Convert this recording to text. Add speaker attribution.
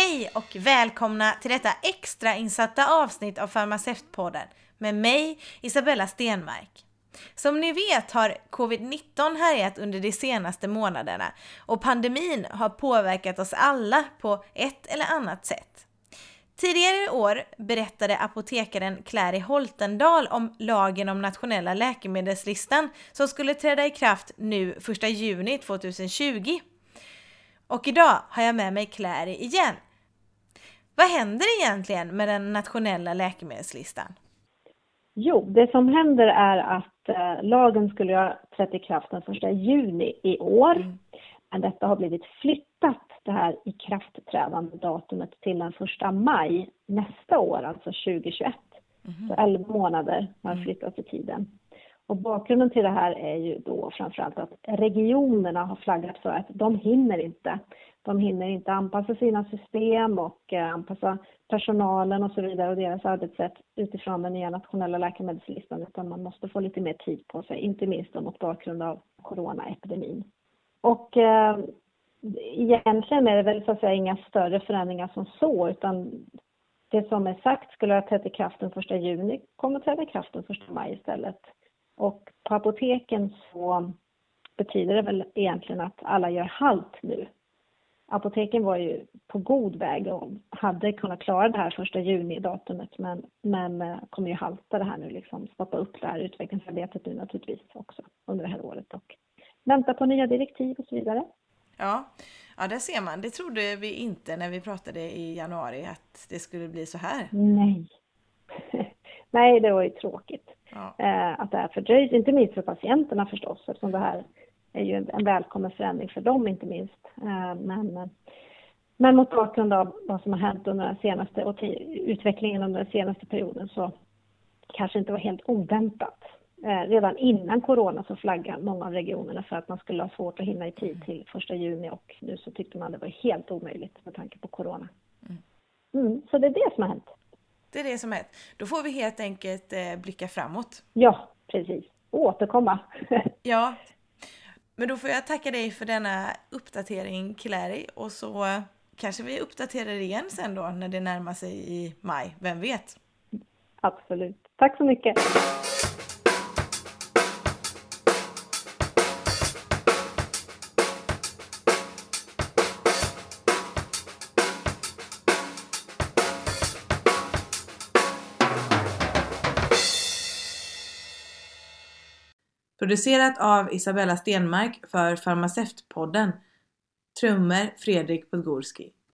Speaker 1: Hej och välkomna till detta extrainsatta avsnitt av Farmaceutpodden med mig, Isabella Stenmark. Som ni vet har covid-19 härjat under de senaste månaderna och pandemin har påverkat oss alla på ett eller annat sätt. Tidigare i år berättade apotekaren Clary Holtendal om lagen om nationella läkemedelslistan som skulle träda i kraft nu 1 juni 2020. Och idag har jag med mig Clary igen. Vad händer egentligen med den nationella läkemedelslistan?
Speaker 2: Jo, det som händer är att lagen skulle ha trätt i kraft den 1 juni i år. Men detta har blivit flyttat, det här ikraftträdande datumet, till den 1 maj nästa år, alltså 2021. Så 11 månader har flyttats i tiden. Och bakgrunden till det här är ju då framförallt att regionerna har flaggat för att de hinner inte. De hinner inte anpassa sina system och anpassa personalen och så vidare och deras arbetssätt utifrån den nya nationella läkemedelslistan, utan man måste få lite mer tid på sig, inte minst mot bakgrund av coronaepidemin. Och egentligen är det väl så att säga inga större förändringar som så, utan det som är sagt skulle ha trätt i kraft den 1 juni kommer att träda i kraft den 1 maj istället. Och på apoteken så betyder det väl egentligen att alla gör halt nu. Apoteken var ju på god väg och hade kunnat klara det här 1 juni-datumet, men kommer ju halta det här nu, liksom stoppa upp det här utvecklingsarbetet nu naturligtvis också under det här året och vänta på nya direktiv och så vidare.
Speaker 1: Ja, där ser man. Det trodde vi inte när vi pratade i januari att det skulle bli så här.
Speaker 2: Nej. Nej, det var ju tråkigt.
Speaker 1: Ja.
Speaker 2: Att det här fördröjs, inte minst för patienterna förstås, eftersom det här är ju en välkommen förändring för dem inte minst. Men mot bakgrund av vad som har hänt under den senaste och utvecklingen under den senaste perioden så kanske inte var helt oväntat. Redan innan corona så flaggade många av regionerna för att man skulle ha svårt att hinna i tid till 1 juni och nu så tyckte man det var helt omöjligt med tanke på corona. Så det är det som har hänt.
Speaker 1: Det är det som är. Då får vi helt enkelt blicka framåt.
Speaker 2: Ja, precis. Återkomma.
Speaker 1: Ja, men då får jag tacka dig för denna uppdatering, Clary. Och så kanske vi uppdaterar igen sen då när det närmar sig i maj. Vem vet?
Speaker 2: Absolut. Tack så mycket.
Speaker 1: Producerat av Isabella Stenmark för Farmaceutpodden. Trummor Fredrik Podgorski.